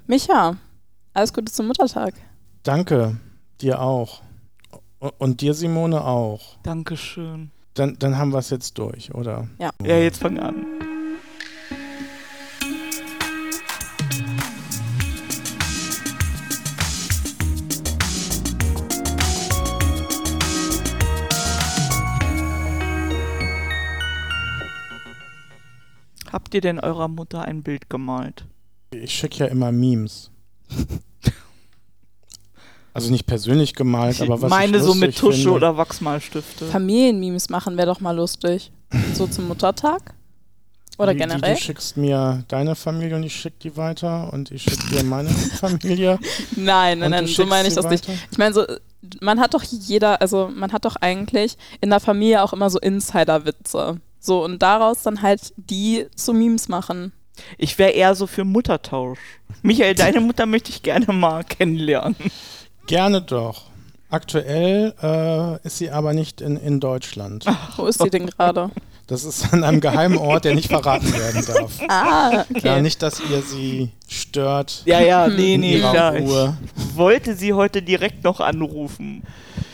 Micha, alles Gute zum Muttertag. Danke, dir auch. Und dir, Simone, auch. Dankeschön. Dann haben wir es jetzt durch, oder? Ja. Ja, jetzt fang an. Habt ihr denn eurer Mutter ein Bild gemalt? Ich schicke ja immer Memes. Also nicht persönlich gemalt, aber was meine ich so mit Tusche finde. oder Wachsmalstifte. Familienmemes machen wäre doch mal lustig. So zum Muttertag? Oder generell? Du schickst mir deine Familie und ich schicke die weiter und ich schicke dir meine Familie. Nein, so meine ich das nicht. Ich meine so, man hat doch eigentlich in der Familie auch immer so Insider-Witze. So, und daraus dann halt die zu Memes machen. Ich wäre eher so für Muttertausch. Michael, deine Mutter möchte ich gerne mal kennenlernen. Gerne doch. Aktuell ist sie aber nicht in Deutschland. Wo ist sie denn gerade? Das ist an einem geheimen Ort, der nicht verraten werden darf. Okay. Ja, nicht, dass ihr sie stört. Ja, nee, ihrer ich Ruhe. wollte sie heute direkt noch anrufen.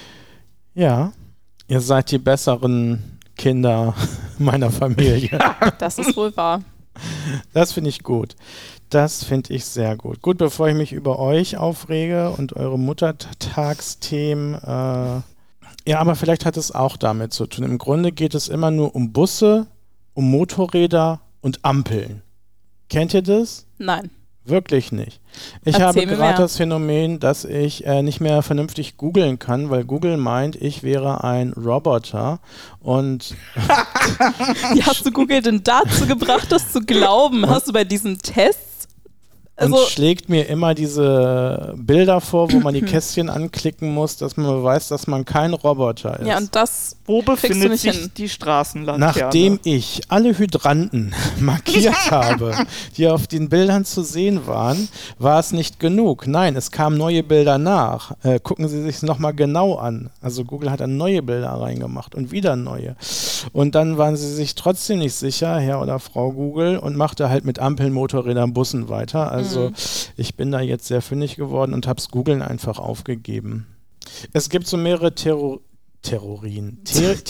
Ja, ihr seid die besseren Kinder meiner Familie. Das ist wohl wahr. Das finde ich gut. Das finde ich sehr gut. Gut, bevor ich mich über euch aufrege und eure Muttertagsthemen, ja, aber vielleicht hat es auch damit zu tun. Im Grunde geht es immer nur um Busse, um Motorräder und Ampeln. Kennt ihr das? Nein. Wirklich nicht. Ich habe gerade das Phänomen, dass ich nicht mehr vernünftig googeln kann, weil Google meint, ich wäre ein Roboter und Wie hast du Google denn dazu gebracht, das zu glauben? Hast du bei diesen Tests? Und schlägt mir immer diese Bilder vor, wo man die Kästchen anklicken muss, dass man beweist, dass man kein Roboter ist. Ja, und das Wo befindet sich hin? die Straßenlaterne? Nachdem ich alle Hydranten markiert habe, die auf den Bildern zu sehen waren, war es nicht genug. Nein, es kamen neue Bilder nach. Gucken Sie sich es nochmal genau an. Also Google hat dann neue Bilder reingemacht und wieder neue. Und dann waren sie sich trotzdem nicht sicher, Herr oder Frau Google, und machte halt mit Ampeln, Motorrädern, Bussen weiter. Also ich bin da jetzt sehr fündig geworden und habe es Googeln einfach aufgegeben. Es gibt so mehrere Theorien,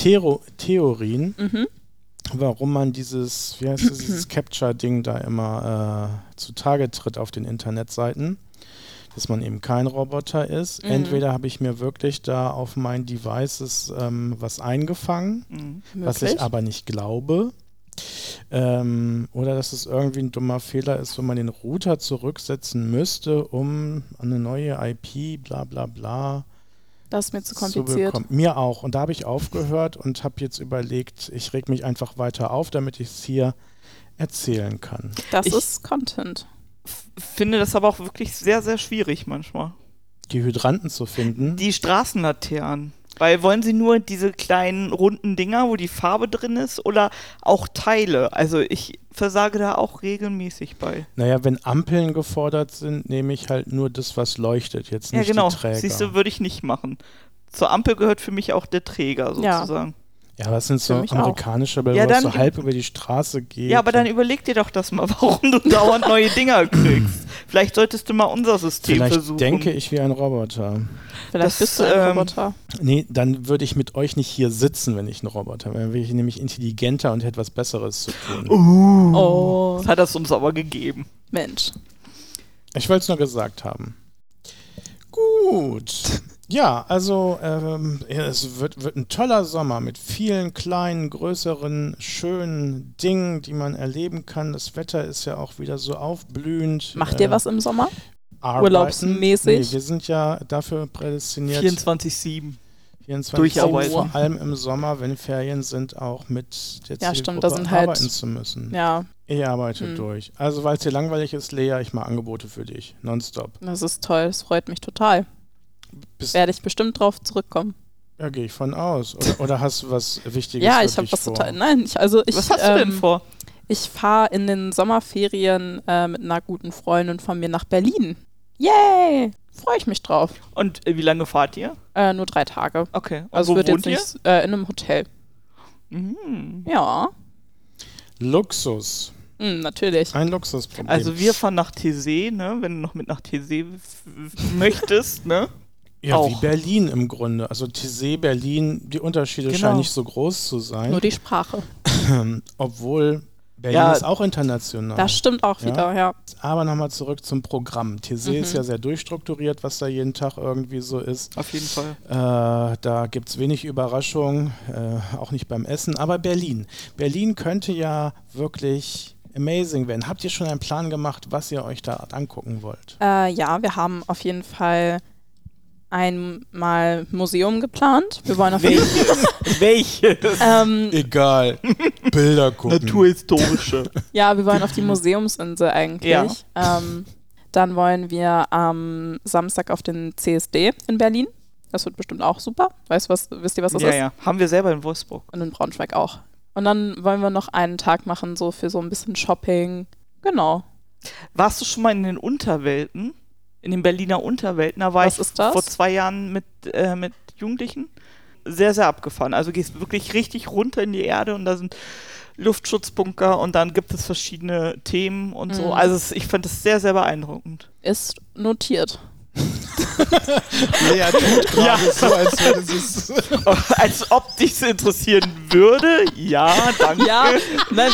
warum man dieses Capture-Ding da immer zutage tritt auf den Internetseiten, dass man eben kein Roboter ist. Entweder habe ich mir wirklich da auf meinen Devices was eingefangen, was ich aber nicht glaube. Oder dass es irgendwie ein dummer Fehler ist, wenn man den Router zurücksetzen müsste, um eine neue IP, bla bla bla. Das ist mir zu kompliziert. Mir auch. Und da habe ich aufgehört und habe jetzt überlegt, ich reg mich einfach weiter auf, damit ich es hier erzählen kann. Das ist Content. Finde das aber auch wirklich sehr, sehr schwierig manchmal. Die Hydranten zu finden. Die Straßenlaternen. Weil wollen Sie nur diese kleinen runden Dinger, wo die Farbe drin ist, oder auch Teile? Also ich versage da auch regelmäßig bei. Naja, wenn Ampeln gefordert sind, nehme ich halt nur das, was leuchtet, jetzt nicht die Träger. Siehst du, würde ich nicht machen. Zur Ampel gehört für mich auch der Träger sozusagen. Ja, aber das sind so amerikanische Bilder, wo es so halb über die Straße geht. Ja, aber dann überleg dir doch das mal, warum du dauernd neue Dinger kriegst. Vielleicht solltest du mal unser System versuchen. Vielleicht denke ich wie ein Roboter. Vielleicht bist du ein Roboter. Nee, dann würde ich mit euch nicht hier sitzen, wenn ich ein Roboter wäre. Dann wäre ich nämlich intelligenter und hätte was Besseres zu tun. Das hat das uns aber gegeben. Mensch. Ich wollte es nur gesagt haben. Gut. Ja, also es wird ein toller Sommer mit vielen kleinen, größeren, schönen Dingen, die man erleben kann. Das Wetter ist ja auch wieder so aufblühend. Macht ihr was im Sommer? Arbeiten. Urlaubsmäßig? Nee, wir sind ja dafür prädestiniert. 24/7. 24/7, vor allem im Sommer, wenn Ferien sind, auch mit der Zielgruppe arbeiten zu müssen. Ja. Ich arbeite durch. Also, weil es dir langweilig ist, Lea, ich mache Angebote für dich. Nonstop. Das ist toll, das freut mich total. Werde ich bestimmt drauf zurückkommen. Ja, gehe ich von aus. Oder hast du was Wichtiges Ja, ich habe was total. Nein, was hast du denn vor? Ich fahre in den Sommerferien mit einer guten Freundin von mir nach Berlin. Yay! Freue ich mich drauf. Und wie lange fahrt ihr? Nur 3 Tage. Okay. Und also wo wird wohnt jetzt ihr? Nicht in einem Hotel. Mhm. Ja. Luxus. Natürlich. Ein Luxusproblem. Also wir fahren nach Teesee, ne? Wenn du noch mit nach Teesee möchtest, ne? ja, auch. wie Berlin im Grunde. Also Teesee, Berlin, die Unterschiede Genau. scheinen nicht so groß zu sein. Nur die Sprache. Obwohl Berlin Ja, ist auch international. Das stimmt auch wieder, ja. Aber nochmal zurück zum Programm. Teesee ist ja sehr durchstrukturiert, was da jeden Tag irgendwie so ist. Auf jeden Fall. Da gibt es wenig Überraschung, auch nicht beim Essen. Aber Berlin. Berlin könnte ja wirklich amazing werden. Habt ihr schon einen Plan gemacht, was ihr euch da angucken wollt? Ja, wir haben auf jeden Fall einmal Museum geplant. Wir wollen auf jeden Welches? Egal. Bilder gucken. Naturhistorische. Ja, wir wollen auf die Museumsinsel eigentlich. Ja. Dann wollen wir am Samstag auf den CSD in Berlin. Das wird bestimmt auch super. Wisst ihr, was das ist? Ja. Haben wir selber in Wolfsburg. Und in Braunschweig auch. Und dann wollen wir noch einen Tag machen, so für so ein bisschen Shopping. Genau. Warst du schon mal in den Unterwelten? In den Berliner Unterwelten? Da war Was ich ist das? vor 2 Jahren mit Jugendlichen. Sehr, sehr abgefahren. Also gehst wirklich richtig runter in die Erde und da sind Luftschutzbunker und dann gibt es verschiedene Themen und so. Also ich fand das sehr, sehr beeindruckend. Ist notiert. Lea tut gerade so, als würde sie es. Als ob dich interessieren würde. Ja, danke. Ja, nein.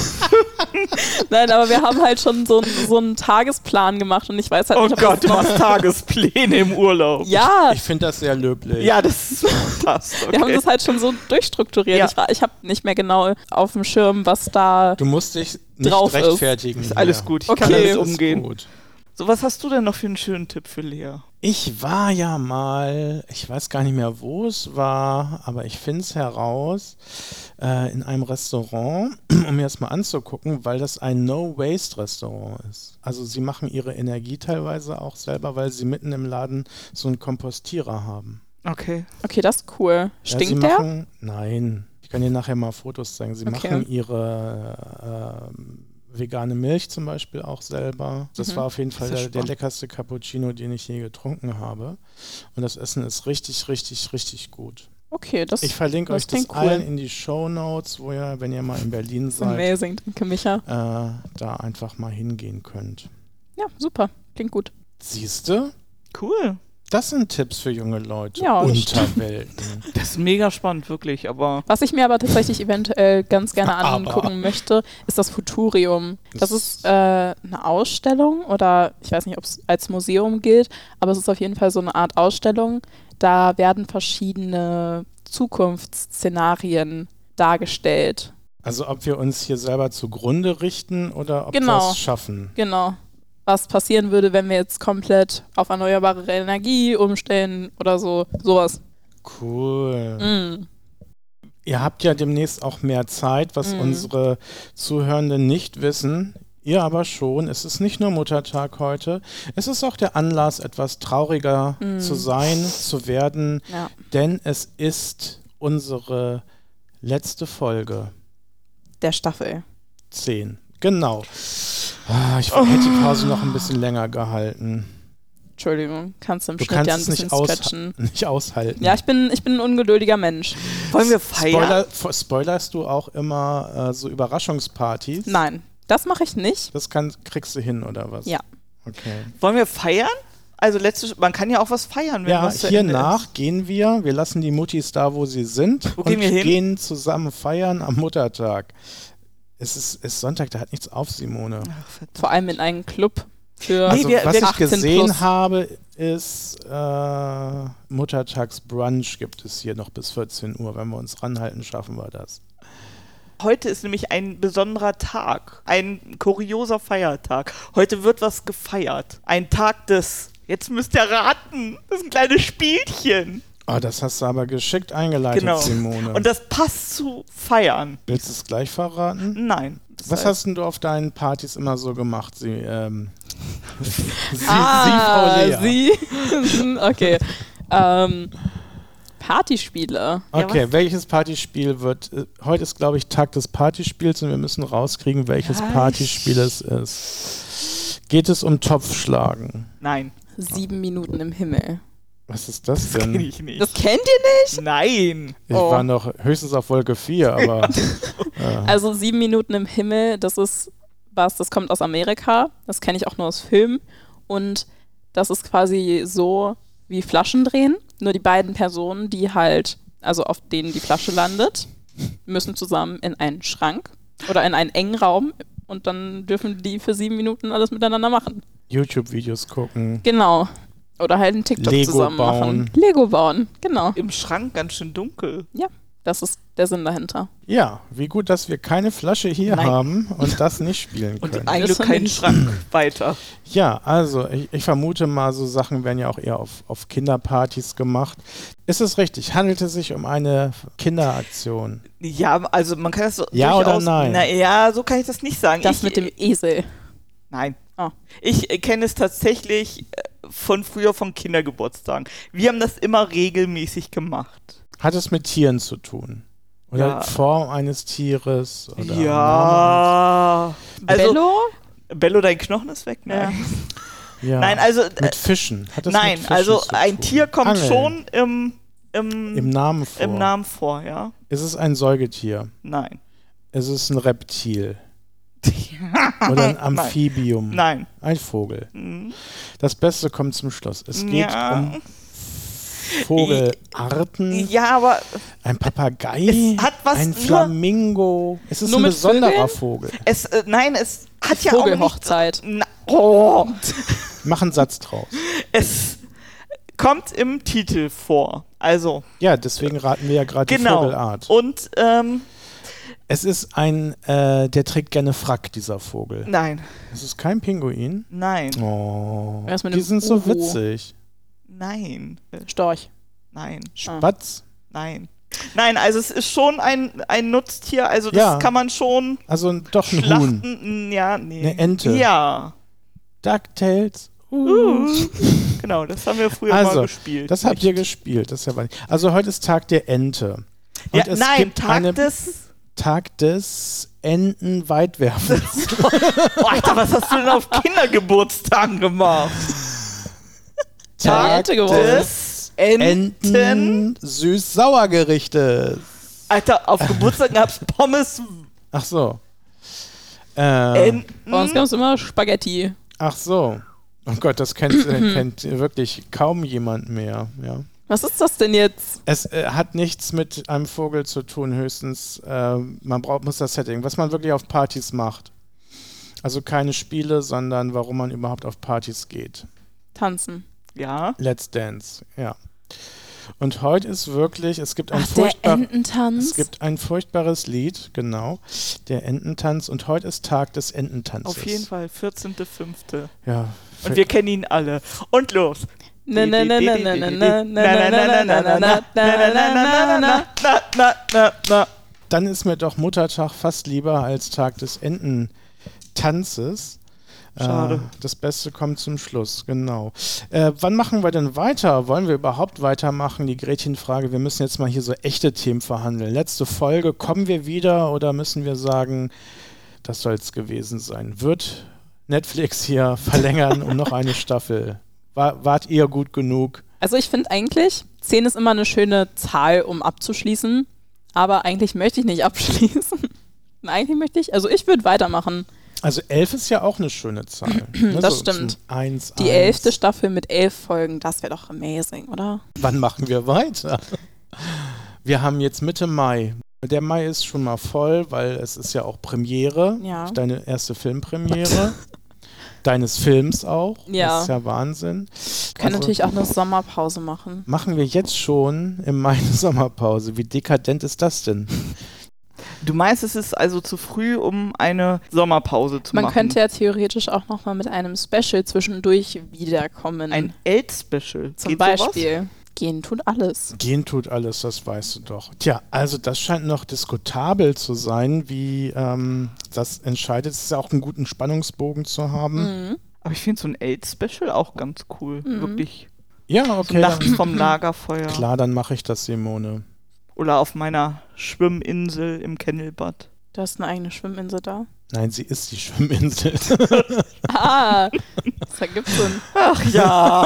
Nein, aber wir haben halt schon so einen Tagesplan gemacht und ich weiß halt Oh nicht, ob Gott, du das machst Tagespläne im Urlaub. Ja, Ich finde das sehr löblich. Ja, das ist fantastisch. wir haben das halt schon so durchstrukturiert. Ja. Ich habe nicht mehr genau auf dem Schirm, was da... Du musst dich nicht Drauf ist. rechtfertigen. Ist alles Lea. gut, ich Okay. kann damit Alles umgehen. gut. So, was hast du denn noch für einen schönen Tipp für Lea? Ich war ja mal, ich weiß gar nicht mehr, wo es war, aber ich finde es heraus, in einem Restaurant, um mir das mal anzugucken, weil das ein No-Waste-Restaurant ist. Also sie machen ihre Energie teilweise auch selber, weil sie mitten im Laden so einen Kompostierer haben. Okay. Okay, das ist cool. Ja, sie Stinkt der? machen, nein, ich kann dir nachher mal Fotos zeigen. Sie Okay. machen ihre vegane Milch zum Beispiel auch selber. Das war auf jeden Fall Das ist der spannend. leckerste Cappuccino, den ich je getrunken habe. Und das Essen ist richtig, richtig, richtig gut. Okay, das Ich verlinke das euch das klingt cool. allen in die Shownotes, wo ihr, wenn ihr mal in Berlin ist seid, amazing. Danke, Micha. da einfach mal hingehen könnt. Ja, super. Klingt gut. Siehste? Cool. Das sind Tipps für junge Leute. Ja, das Unterwelten. Das ist mega spannend, wirklich, aber Was ich mir aber tatsächlich eventuell ganz gerne Aber. angucken möchte, ist das Futurium. Das ist eine Ausstellung oder ich weiß nicht, ob es als Museum gilt, aber es ist auf jeden Fall so eine Art Ausstellung. Da werden verschiedene Zukunftsszenarien dargestellt. Also ob wir uns hier selber zugrunde richten oder ob wir Genau. es schaffen. Genau. Was passieren würde, wenn wir jetzt komplett auf erneuerbare Energie umstellen oder so. Sowas. Cool. Mm. Ihr habt ja demnächst auch mehr Zeit, was unsere Zuhörenden nicht wissen. Ihr aber schon. Es ist nicht nur Muttertag heute. Es ist auch der Anlass, etwas trauriger zu sein, zu werden. Ja. Denn es ist unsere letzte Folge. Der Staffel. 10. Genau. Ich hätte die Pause noch ein bisschen länger gehalten. Entschuldigung, kannst du im Du Schnitt ja kannst ein es bisschen nicht, stretchen. nicht aushalten. Ja, ich bin ein ungeduldiger Mensch. wollen wir feiern? Spoilerst du auch immer so Überraschungspartys? Nein, das mache ich nicht. Das kriegst du hin, oder was? Ja. Okay. Wollen wir feiern? Also man kann ja auch was feiern, wenn Ja, was zu Ende hiernach ist. gehen wir lassen die Muttis da, wo sie sind Wo gehen wir hin? gehen zusammen feiern am Muttertag. Es ist Sonntag, da hat nichts auf, Simone. Ach, verdammt. Vor allem in einem Club für Also wir- was wir- ich 18 gesehen plus. habe, ist Muttertagsbrunch gibt es hier noch bis 14 Uhr. Wenn wir uns ranhalten, schaffen wir das. Heute ist nämlich ein besonderer Tag, ein kurioser Feiertag. Heute wird was gefeiert. Ein Tag jetzt müsst ihr raten, das ist ein kleines Spielchen. Oh, das hast du aber geschickt eingeleitet, Genau. Simone. Und das passt zu feiern. Willst du es gleich verraten? Nein. Was hast denn du auf deinen Partys immer so gemacht? Sie, Ah, Frau Lea. sie. Okay. Partyspiele. Okay, Ja, welches Partyspiel wird. Heute ist, glaube ich, Tag des Partyspiels und wir müssen rauskriegen, welches Ja, Partyspiel es ist. Geht es um Topfschlagen? Nein, 7 Minuten im Himmel. Was ist das das kenne denn? ich nicht. Das kennt ihr nicht? Nein. Ich Oh. war noch höchstens auf Wolke 4, aber Also 7 Minuten im Himmel, das ist das kommt aus Amerika, das kenne ich auch nur aus Filmen und das ist quasi so wie Flaschendrehen, nur die beiden Personen, die halt, also auf denen die Flasche landet, müssen zusammen in einen Schrank oder in einen engen Raum und dann dürfen die für 7 Minuten alles miteinander machen. YouTube-Videos gucken. Genau. Oder halt einen TikTok Lego zusammen bauen. machen. Lego bauen, genau. Im Schrank ganz schön dunkel. Ja, das ist der Sinn dahinter. Ja, wie gut, dass wir keine Flasche hier haben und das nicht spielen können. Und ein Glück keinen Schrank weiter. Ja, also ich vermute mal, so Sachen werden ja auch eher auf Kinderpartys gemacht. Ist es richtig? Handelt es sich um eine Kinderaktion? Ja, also man kann das so Ja oder nein? Ja, so kann ich das nicht sagen. Das mit dem Esel. Nein. Oh. Ich kenne es tatsächlich von früher von Kindergeburtstagen. Wir haben das immer regelmäßig gemacht. Hat es mit Tieren zu tun? Oder Ja. Form eines Tieres? Oder Ja. Also, Bello? Dein Knochen ist weg? Nein. Ja. Nein, also Mit Fischen? Hat es nein, mit Fischen also zu ein tun? Tier kommt Angeln. schon Im Namen vor. im Namen vor, ja? Ist es ein Säugetier? Nein. Ist es ein Reptil? Oder ein Amphibium? Nein. Ein Vogel. Mhm. Das Beste kommt zum Schluss. Es geht Ja. um Vogelarten. Ja, aber Ein Papagei. es hat was ein nur- Flamingo. Es ist Nur ein mit besonderer Vögeln? Vogel. es hat ja auch nicht... Vogelhochzeit. Oh, Mach einen Satz draus. es kommt im Titel vor. Also, Ja, deswegen raten wir ja gerade die genau. Vogelart. Und, Es ist der trägt gerne Frack, dieser Vogel. nein. Es ist kein Pinguin. Nein. Oh, Was mit die dem sind so Uhu? witzig. Nein. Storch. Nein. Spatz. Nein. Nein, also es ist schon ein Nutztier, also das Ja. kann man schon Also doch ein Huhn. schlachten. Ja, nee. Eine Ente. Ja. DuckTales. Genau, das haben wir früher Also, mal gespielt. das habt ihr gespielt. Das ist ja wahnsinnig. Also heute ist Tag der Ente. Und Ja, es nein, gibt Tag des Entenweitwerfens. Oh, Alter, was hast du denn auf Kindergeburtstagen gemacht? Tag Ente geworden. Des Enten. Enten Süß-Sauer-Gerichtes. Alter, auf Geburtstagen gab's Pommes. Ach so. Enten. Bei uns gab es immer Spaghetti. Ach so. Oh Gott, das kennt wirklich kaum jemand mehr. Ja. Was ist das denn jetzt? Es hat nichts mit einem Vogel zu tun, höchstens muss das Setting, was man wirklich auf Partys macht. Also keine Spiele, sondern warum man überhaupt auf Partys geht. Tanzen. Ja. Let's Dance, ja. Und heute ist wirklich, es gibt ein Der Ententanz. Es gibt ein furchtbares Lied, genau, der Ententanz. Und heute ist Tag des Ententanzes. Auf jeden Fall, 14.05. Ja. Und wir kennen ihn alle. Und los. Na, na, na, na, na, na, na, na, na, na, na, na, na. Dann ist mir doch Muttertag fast lieber als Tag des Ententanzes. Schade. Das Beste kommt zum Schluss, genau. Wann machen wir denn weiter? Wollen wir überhaupt weitermachen? Die Gretchenfrage, wir müssen jetzt mal hier so echte Themen verhandeln. Letzte Folge, kommen wir wieder oder müssen wir sagen, das soll es gewesen sein? Wird Netflix hier verlängern um noch eine Staffel? Wart ihr gut genug? Also ich finde eigentlich, 10 ist immer eine schöne Zahl, um abzuschließen. Aber eigentlich möchte ich nicht abschließen. Also ich würde weitermachen. Also 11 ist ja auch eine schöne Zahl. Ne? Das so stimmt. 1, Die 11. Staffel mit 11 Folgen, das wäre doch amazing, oder? Wann machen wir weiter? Wir haben jetzt Mitte Mai. Der Mai ist schon mal voll, weil es ist ja auch Premiere. Ja. Deine erste Filmpremiere. Deines Films auch. Ja. Das ist ja Wahnsinn. Wir können Also, natürlich auch eine Sommerpause machen. machen wir jetzt schon im Mai eine Sommerpause. Wie dekadent ist das denn? Du meinst, es ist also zu früh, um eine Sommerpause zu Man machen? könnte ja theoretisch auch nochmal mit einem Special zwischendurch wiederkommen. Ein AIDS-Special. Zum Geht Beispiel. Gehen tut alles. Gehen tut alles, das weißt du doch. Tja, also das scheint noch diskutabel zu sein, wie das entscheidet. Es ist ja auch einen guten Spannungsbogen zu haben. Mhm. Aber ich finde so ein AIDS-Special auch ganz cool. Wirklich. Ja, So okay. nachts vom Lagerfeuer. Klar, dann mache ich das, Simone. Oder auf meiner Schwimminsel im Kennelbad. Du hast eine eigene Schwimminsel da. Nein, sie ist die Schwimminsel. Ah, das ergibt Sinn. Ach ja.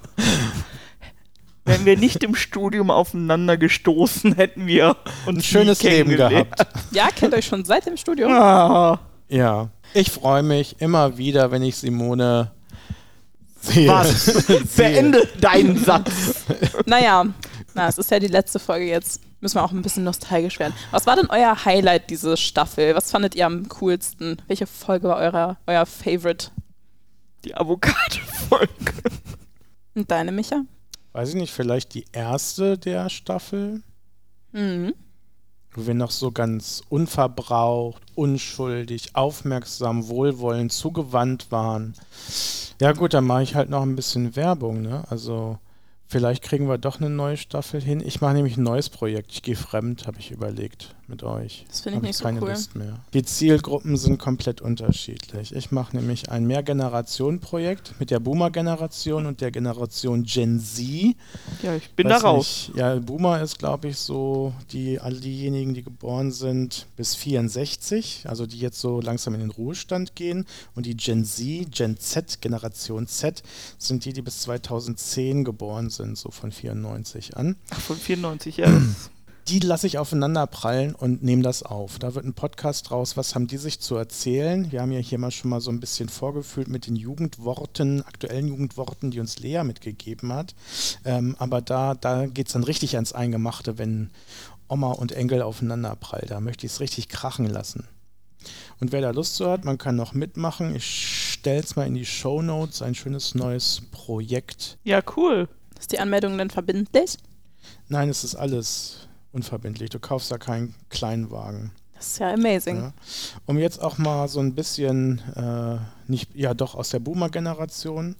Wenn wir nicht im Studium aufeinander gestoßen, hätten wir uns Ein schönes nie Leben kennengelernt. gehabt. Ja, kennt euch schon seit dem Studium. Ah. Ja, ich freue mich immer wieder, wenn ich Simone sehe. Was? Beende deinen Satz. Naja, es ist ja die letzte Folge jetzt. Müssen wir auch ein bisschen nostalgisch werden. Was war denn euer Highlight diese Staffel? Was fandet ihr am coolsten? Welche Folge war euer Favorite? Die Avocado-Folge. Und deine, Micha? Weiß ich nicht, vielleicht die erste der Staffel? Mhm. Wo wir noch so ganz unverbraucht, unschuldig, aufmerksam, wohlwollend, zugewandt waren. Ja gut, dann mache ich halt noch ein bisschen Werbung, ne? Also vielleicht kriegen wir doch eine neue Staffel hin. Ich mache nämlich ein neues Projekt. Ich gehe fremd, habe ich überlegt, mit euch. Das finde ich nicht so keine cool. Lust mehr. Die Zielgruppen sind komplett unterschiedlich. Ich mache nämlich ein Mehrgenerationen-Projekt mit der Boomer-Generation und der Generation Gen Z. Ja, ich bin da raus. Nicht, ja, Boomer ist, glaube ich, so all diejenigen, die geboren sind bis 64, also die jetzt so langsam in den Ruhestand gehen. Und die Gen Z, Gen Z, Generation Z, sind die bis 2010 geboren sind, so von 94 an. Ach, von 94, ja. Die lasse ich aufeinander prallen und nehme das auf. Da wird ein Podcast draus. Was haben die sich zu erzählen? Wir haben ja hier schon mal so ein bisschen vorgefühlt mit den Jugendworten, aktuellen Jugendworten, die uns Lea mitgegeben hat. Aber da geht es dann richtig ans Eingemachte, wenn Oma und Enkel aufeinander prallen. Da möchte ich es richtig krachen lassen. Und wer da Lust zu hat, man kann noch mitmachen. Ich stelle es mal in die Shownotes, ein schönes neues Projekt. Ja, cool. Ist die Anmeldung denn verbindlich? Nein, es ist alles unverbindlich. Du kaufst da keinen Kleinwagen. Das ist ja amazing. Ja. Um jetzt auch mal so ein bisschen, doch aus der Boomer-Generation,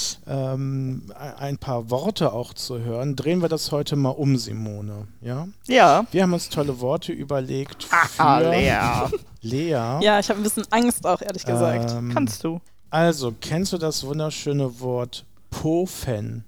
ein paar Worte auch zu hören, drehen wir das heute mal um, Simone. Ja? Ja. Wir haben uns tolle Worte überlegt für Lea. Ja, ich habe ein bisschen Angst auch, ehrlich gesagt. Kannst du. Also, kennst du das wunderschöne Wort Pofen?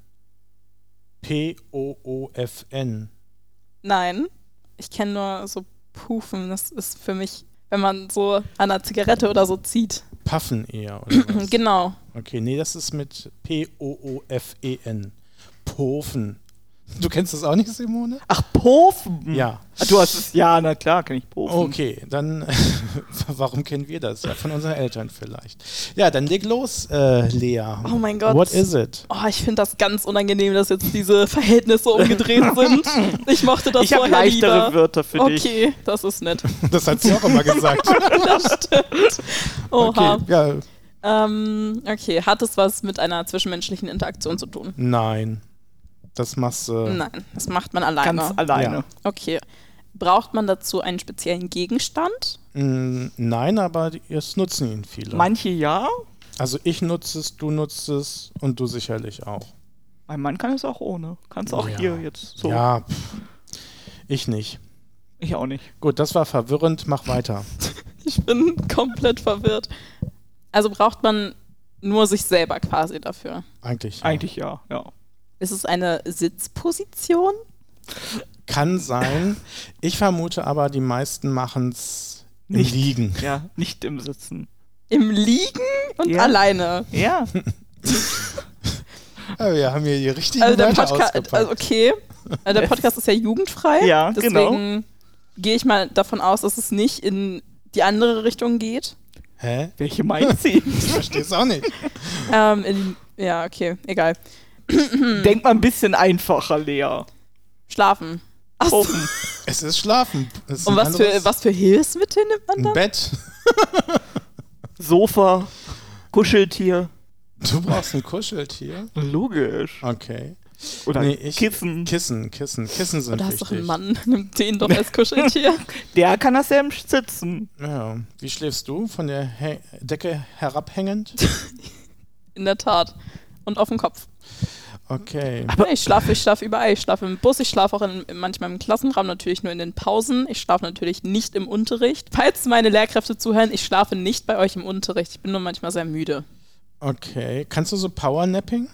P-O-O-F-N. Nein, ich kenne nur so Pufen. Das ist für mich, wenn man so an einer Zigarette oder so zieht. Puffen eher, oder was? Genau. Okay, nee, das ist mit P-O-O-F-E-N. Pofen. Du kennst das auch nicht, Simone? Ach, Pofen? Ja. Du hast es, ja, na klar, kenn ich Pofen. Okay, dann, warum kennen wir das? Ja, von unseren Eltern vielleicht. Ja, dann leg los, Lea. Oh mein Gott. What is it? Oh, ich finde das ganz unangenehm, dass jetzt diese Verhältnisse umgedreht sind. Ich mochte das ich hab vorher leichtere lieber. Wörter für dich. Okay, das ist nett. Das hat sie auch immer gesagt. Das stimmt. Oha. Okay, ja. Okay, hat es was mit einer zwischenmenschlichen Interaktion zu tun? Nein. Das machst du. Nein, das macht man alleine. Ganz alleine. Ja. Okay. Braucht man dazu einen speziellen Gegenstand? Nein, aber es nutzen ihn viele. Manche ja. Also ich nutze es, du nutzt es und du sicherlich auch. Mein Mann kann es auch ohne. Kannst auch hier jetzt so. Ja, ich nicht. Ich auch nicht. Gut, das war verwirrend. Mach weiter. Ich bin komplett verwirrt. Also braucht man nur sich selber quasi dafür? Eigentlich. Ja. Eigentlich ja. Ist es eine Sitzposition? Kann sein. Ich vermute aber, die meisten machen es im Nicht. Liegen. Ja, nicht im Sitzen. Im Liegen und Ja. alleine? Ja. Ja, wir haben hier die richtigen Also der Wörter Podcast, ausgepackt. okay. Also der Podcast ist ja jugendfrei. Ja, deswegen gehe ich mal davon aus, dass es nicht in die andere Richtung geht. Hä? Welche meint sie? Ich verstehe es auch nicht. Ja, okay, egal. Denk mal ein bisschen einfacher, Lea. Schlafen. Achso. Pofen. Es ist Schlafen. Es ist Und ein was für Hilfsmittel nimmt man ein dann? Bett. Sofa. Kuscheltier. Du brauchst ein Kuscheltier? Logisch. Okay. Oder Nee, Kissen. Kissen sind Oder hast wichtig. doch einen Mann, nimmt den doch als Kuscheltier. Der kann das ja im Sitzen. Ja. Wie schläfst du? Von der Decke herabhängend? In der Tat. Und auf dem Kopf. Okay. Aber ich schlafe überall. Ich schlafe im Bus, ich schlafe auch manchmal im Klassenraum, natürlich nur in den Pausen. Ich schlafe natürlich nicht im Unterricht. Falls meine Lehrkräfte zuhören, ich schlafe nicht bei euch im Unterricht. Ich bin nur manchmal sehr müde. Okay. Kannst du so Powernapping?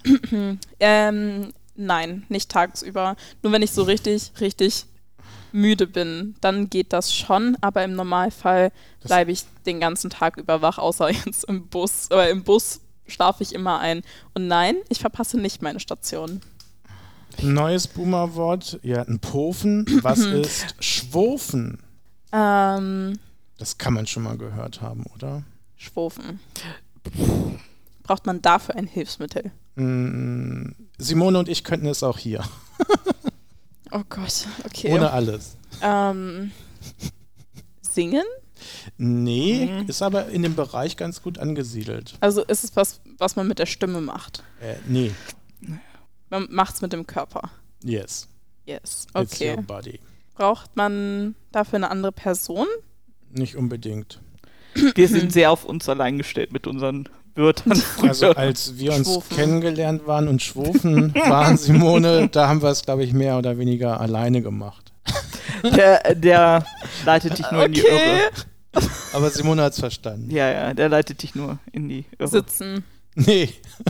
Nein, nicht tagsüber. Nur wenn ich so richtig, richtig müde bin, dann geht das schon. Aber im Normalfall bleibe ich den ganzen Tag über wach, außer jetzt im Bus. Aber im Bus schlafe ich immer ein. Und nein, ich verpasse nicht meine Station. Neues Boomer-Wort. Ja, ein Pofen. Was ist Schwofen? Das Das kann man schon mal gehört haben, oder? Schwufen. Braucht man dafür ein Hilfsmittel? Simone und ich könnten es auch hier. Oh Gott, okay. Ohne alles. Singen? Nee, ist aber in dem Bereich ganz gut angesiedelt. Also ist es was man mit der Stimme macht? Nee. Man macht es mit dem Körper? Yes. Yes, It's okay. your body. Braucht man dafür eine andere Person? Nicht unbedingt. Wir sind sehr auf uns allein gestellt mit unseren Wörtern. Also als wir uns Schwufen. kennengelernt waren und schwufen waren, Simone, da haben wir es, glaube ich, mehr oder weniger alleine gemacht. Der leitet dich nur in die Irre. Aber Simone hat es verstanden. Ja, der leitet dich nur in die Irre. Sitzen. Nee.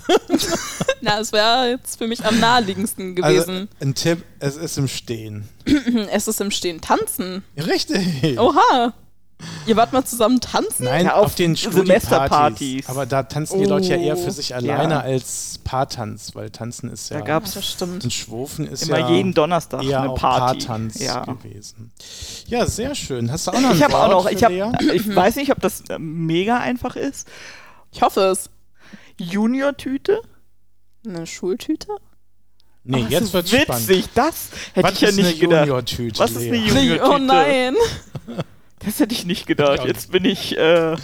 Na, es wäre jetzt für mich am naheliegendsten gewesen. Also, ein Tipp, es ist im Stehen. Es ist im Stehen. Tanzen. Richtig. Oha. Ihr wart mal zusammen tanzen? Nein, Ja, auf den Semesterpartys. Studi-Partys. Aber da tanzen die Leute ja eher für sich alleine Ja. als Paartanz, weil Tanzen ist ja... Da gab's das stimmt. und Schwufen ist immer ja jeden Donnerstag eher eine auch Party. Paartanz Ja. gewesen. Ja, sehr schön. Hast du auch noch ein Ich habe auch noch, Wort für Lea? ich weiß nicht, ob das mega einfach ist. Ich hoffe es. Junior-Tüte? Eine Schultüte? Nee, Oh, jetzt wird's witzig, spannend. das hätte Was ich ja ist nicht eine gedacht. Junior-Tüte, Was ist eine Lea? Junior-Tüte? Oh nein. Das hätte ich nicht gedacht. Ich auch Jetzt bin ich,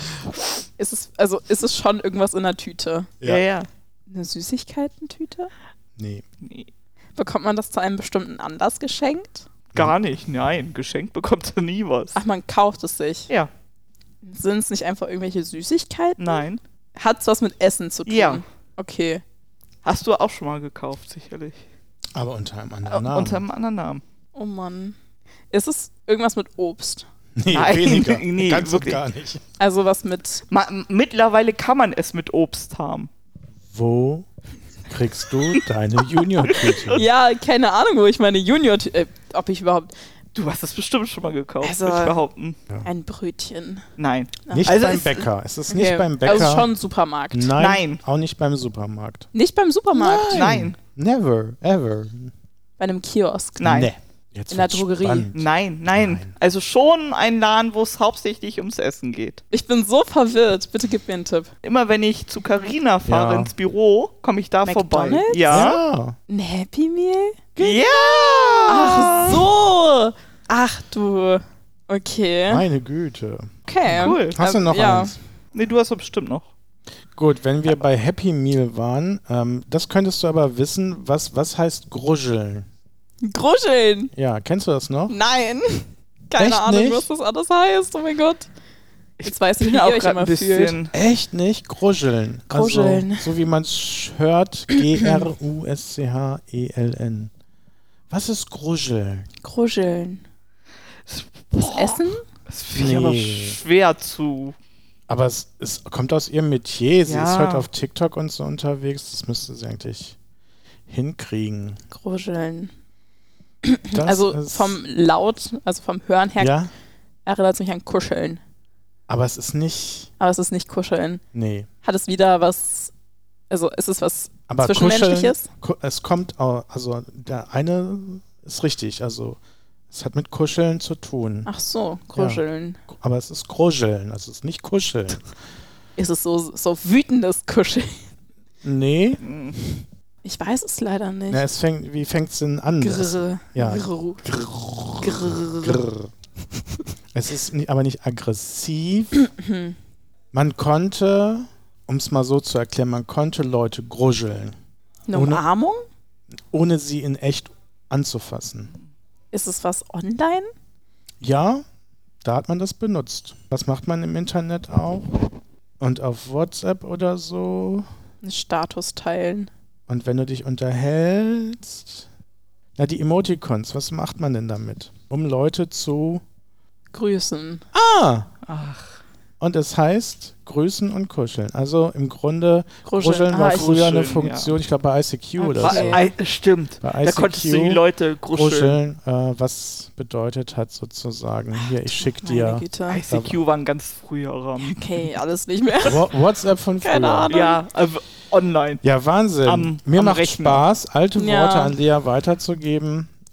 Ist es schon irgendwas in der Tüte? ja. Eine Süßigkeitentüte? Nee. Nee, Bekommt man das zu einem bestimmten Anlass geschenkt? gar nicht, nein. Geschenkt bekommt er nie was. Ach, man kauft es sich. Ja, Sind es nicht einfach irgendwelche Süßigkeiten? nein. Hat es was mit Essen zu tun? Ja. Okay. Hast du auch schon mal gekauft, sicherlich. Aber unter einem anderen Namen. Unter einem anderen Namen. Oh Mann. Ist es irgendwas mit Obst? Nee, Nein, weniger. nee, Ganz und wirklich. gar nicht. Also was mit... Mittlerweile kann man es mit Obst haben. Wo kriegst du deine Junior-Tüte? Ja, keine Ahnung, wo ich meine Junior... ob ich überhaupt... Du hast es bestimmt schon mal gekauft, Also- würde ich behaupten. Ein Brötchen. Nein. Nicht Also beim es- Bäcker. Es ist Okay. nicht beim Bäcker. Also schon Supermarkt. Nein, Nein. auch nicht beim Supermarkt. Nicht beim Supermarkt. Nein. Never, ever. Bei einem Kiosk. Nein. Nee. Jetzt In der wird's Drogerie. spannend. Nein. Also schon ein Laden, wo es hauptsächlich ums Essen geht. Ich bin so verwirrt. Bitte gib mir einen Tipp. Immer wenn ich zu Carina fahre Ja. ins Büro, komme ich da vorbei. McDonald's? Ja. Ja. Ein Happy Meal? Ja. Ach so. Ach du. Okay. Meine Güte. Okay. Cool. Hast du noch ja. eins? Nee, du hast doch bestimmt noch. Gut, wenn wir bei Happy Meal waren, das könntest du aber wissen, was heißt Gruscheln? Gruscheln. Ja, kennst du das noch? Nein. Keine Echt Ahnung, nicht? was das alles heißt. Oh mein Gott. Jetzt weiß ich, wie bin ihr euch grad immer ein fühlt. bisschen. Echt nicht? Gruscheln. Gruscheln. Also, so wie man es hört, G-R-U-S-C-H-E-L-N. Was ist Gruscheln? Gruscheln. Das Essen? Das finde ich aber schwer zu. Aber es kommt aus ihrem Metier. Sie Ja. ist heute auf TikTok und so unterwegs. Das müsste sie eigentlich hinkriegen. Gruscheln. Das Also ist, vom Laut, also vom Hören her, Ja, erinnert es mich an Kuscheln. aber es ist nicht. Aber es ist nicht Kuscheln. Nee. Hat es wieder was, also ist es was Aber Zwischenmenschliches? Es kommt auch, also der eine ist richtig, also es hat mit Kuscheln zu tun. Ach so, Kuscheln. Aber es ist Gruscheln, also es ist nicht Kuscheln. Ist es so wütendes Kuscheln? Nee, Ich weiß es leider nicht. na, wie fängt es denn an? Grrr. Ja. Grrr. Grrr. Grrr. Es ist aber nicht aggressiv. Man konnte, um es mal so zu erklären, man konnte Leute gruscheln, Eine Ohne- Umarmung? ohne sie in echt anzufassen. Ist es was online? Ja, da hat man das benutzt. Das macht man im Internet auch. Und auf WhatsApp oder so. Ein Status teilen. Und wenn du dich unterhältst. Na, die Emoticons, was macht man denn damit? Um Leute zu. Grüßen. Ah! Ach. Und es heißt grüßen und kuscheln. Also im Grunde, Kuscheln war ich- früher eine Kuscheln, Funktion, ich glaube bei ICQ oder Okay. so. Stimmt. Bei Da ICQ konntest du die Leute gruscheln. was bedeutet hat sozusagen, hier, ich schick Meine dir Güte. ICQ war ein ganz früher Rahmen. Okay, alles nicht mehr. WhatsApp von früher. Keine Ahnung. Ja, online. Ja, Wahnsinn. Am Mir macht Rechner. Spaß, alte Ja. Worte an Lea weiterzugeben.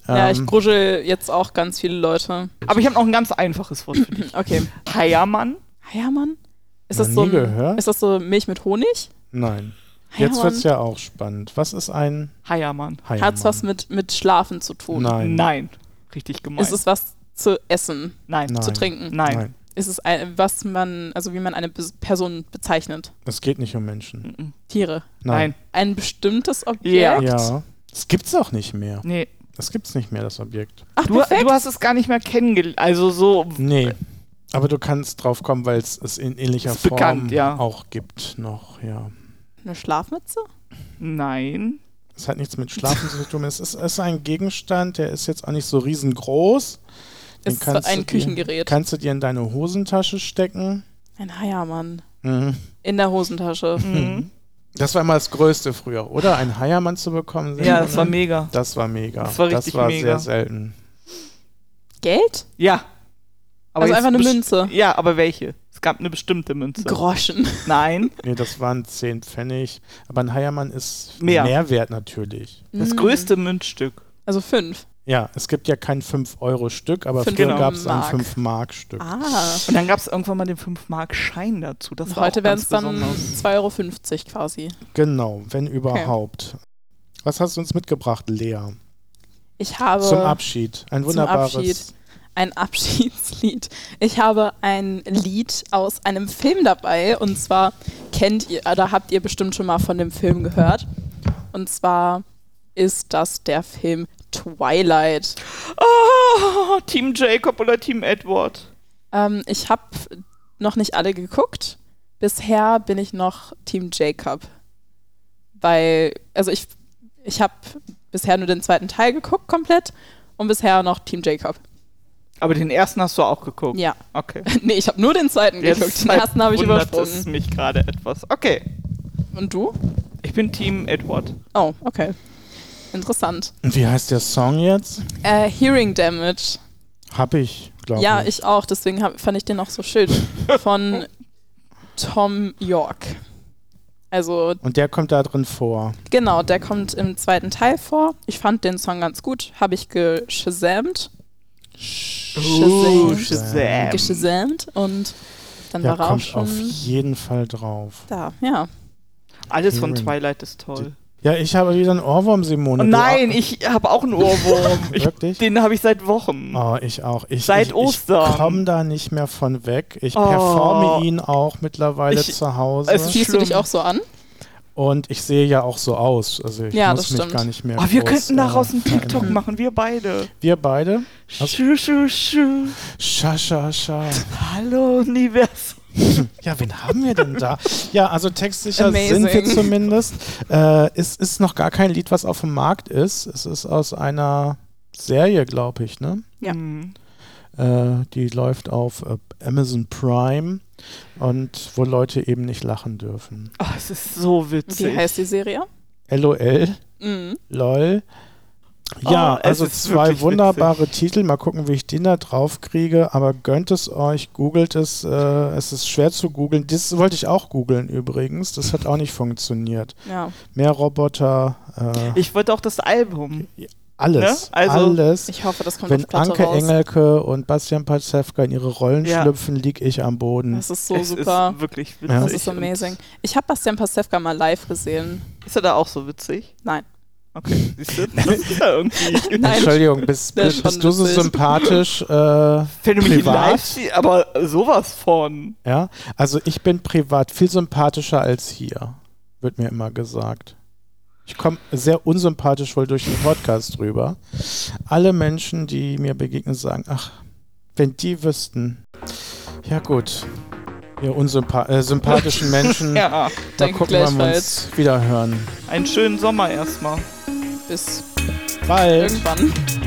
Ja, ich gruschel jetzt auch ganz viele Leute. Aber ich habe noch ein ganz einfaches Wort für dich. Okay. Heiermann. Heiermann? Ist Noch das so nie gehört? Ist das so Milch mit Honig? Nein. Heiermann? Jetzt wird's ja auch spannend. Was ist ein Heiermann. Heiermann? Hat's was mit Schlafen zu tun? Nein. Nein. Richtig gemein. Ist es was zu essen? Nein. Nein. Zu trinken? Nein. Ist es wie man eine Person bezeichnet? Es geht nicht um Menschen. Tiere? Nein. Ein bestimmtes Objekt? Ja. Das gibt's auch nicht mehr. Nee. Das gibt's nicht mehr, das Objekt. Ach, Du perfekt. hast es gar nicht mehr kennengelernt. Also so. Nee. Aber du kannst drauf kommen, weil es in ähnlicher Ist Form bekannt, ja. auch gibt noch, ja. Eine Schlafmütze? Nein. Es hat nichts mit Schlafen zu tun. Es ist ein Gegenstand, der ist jetzt auch nicht so riesengroß. Den Ist ein Küchengerät. Kannst du dir in deine Hosentasche stecken. Ein Heiermann. Mhm. In der Hosentasche. Mhm. Das war immer das Größte früher, oder? Einen Heiermann zu bekommen. Ja, das war mega. Das war mega. Das war richtig mega. sehr selten. Geld? Ja. Aber Also jetzt einfach eine Münze. Ja, aber welche? Es gab eine bestimmte Münze. Groschen. Nein. Nee, das waren 10 Pfennig. Aber ein Heiermann ist Mehr. Mehrwert natürlich. Das größte Münzstück. Also 5. Ja, es gibt ja kein 5-Euro-Stück, aber 5 früher gab es ein Mark. 5-Mark-Stück. Ah. Und dann gab es irgendwann mal den 5-Mark-Schein dazu. Das war Heute auch wären ganz es dann besonders. 2,50 € quasi. Genau, wenn überhaupt. Was hast du uns mitgebracht, Lea? Ich habe Zum Abschied. Ein wunderbares. Abschied ein Abschiedslied. Ich habe ein Lied aus einem Film dabei und zwar habt ihr bestimmt schon mal von dem Film gehört. Und zwar ist das der Film Twilight. Oh, Team Jacob oder Team Edward? Ich habe noch nicht alle geguckt. Bisher bin ich noch Team Jacob. Weil, also ich habe bisher nur den zweiten Teil geguckt komplett und bisher noch Team Jacob. Aber den ersten hast du auch geguckt? Ja. Okay. Nee, ich habe nur den zweiten geguckt. Den ersten habe ich wundert übersprungen. es mich gerade etwas. Okay. Und du? Ich bin Team Edward. Oh, okay. Interessant. Und wie heißt der Song jetzt? Hearing Damage. Hab ich, glaube ich. Ja, ich auch. Deswegen fand ich den auch so schön. Von Tom York. Also, Und der kommt da drin vor. genau, der kommt im zweiten Teil vor. Ich fand den Song ganz gut. Habe ich geshazamt. Shazam. Geshazamt. Und dann Der war er auch kommt schon auf jeden Fall drauf. da. Ja. Alles von Hearing. Twilight ist toll. Ja, ich habe wieder einen Ohrwurm, Simone. Oh Du nein, auch? ich habe auch einen Ohrwurm. Wirklich? Den habe ich seit Wochen. Oh, ich auch. Seit Ostern. Ich komme da nicht mehr von weg. Ich Oh. performe ihn auch mittlerweile Ich- zu Hause. es- Ziehst du dich schlimm. auch so an? Und ich sehe ja auch so aus. Also ich Ja, muss das mich stimmt. gar nicht mehr Oh, wir groß, könnten daraus einen TikTok verändern. machen, wir beide. Wir beide? Schu, schu, schu. Scha. Hallo, Universum. Ja, wen haben wir denn da? Ja, also textsicher Amazing. sind wir zumindest. Es ist noch gar kein Lied, was auf dem Markt ist. Es ist aus einer Serie, glaube ich, ne? Ja. Hm. Die läuft auf Amazon Prime und wo Leute eben nicht lachen dürfen. Oh, es ist so witzig. Wie heißt die Serie? LOL, Mhm. LOL. Ja, Oh, es also ist 2 wirklich wunderbare Titel. Mal gucken, wie ich den da drauf kriege. Aber gönnt es euch, googelt es. Es ist schwer zu googeln. Das wollte ich auch googeln übrigens. Das hat auch nicht funktioniert. Ja. Mehr Roboter, Ich wollte auch das Album. alles. Ne? Also- alles. Ich hoffe, das kommt Wenn auf Platte Anke raus. Engelke und Bastian Pastewka in ihre Rollen Ja. schlüpfen, lieg ich am Boden. Das ist so Es super. ist wirklich witzig. Ja. Das ist amazing. Ich habe Bastian Pastewka mal live gesehen. Ist er da auch so witzig? Nein. Okay, siehst du? Das ist ja irgendwie. Nein. Entschuldigung, bist Der ist schon du so witzig. sympathisch Wenn du mich privat? live aber sowas von. Ja, also ich bin privat viel sympathischer als hier, wird mir immer gesagt. Ich komme sehr unsympathisch wohl durch den Podcast drüber. Alle Menschen, die mir begegnen, sagen, ach, wenn die wüssten. Ja gut, ihr sympathischen Menschen, Ja, mal Danke gucken, wann wir gleichfalls. uns wieder hören. einen schönen Sommer erstmal. Bis Bald. irgendwann.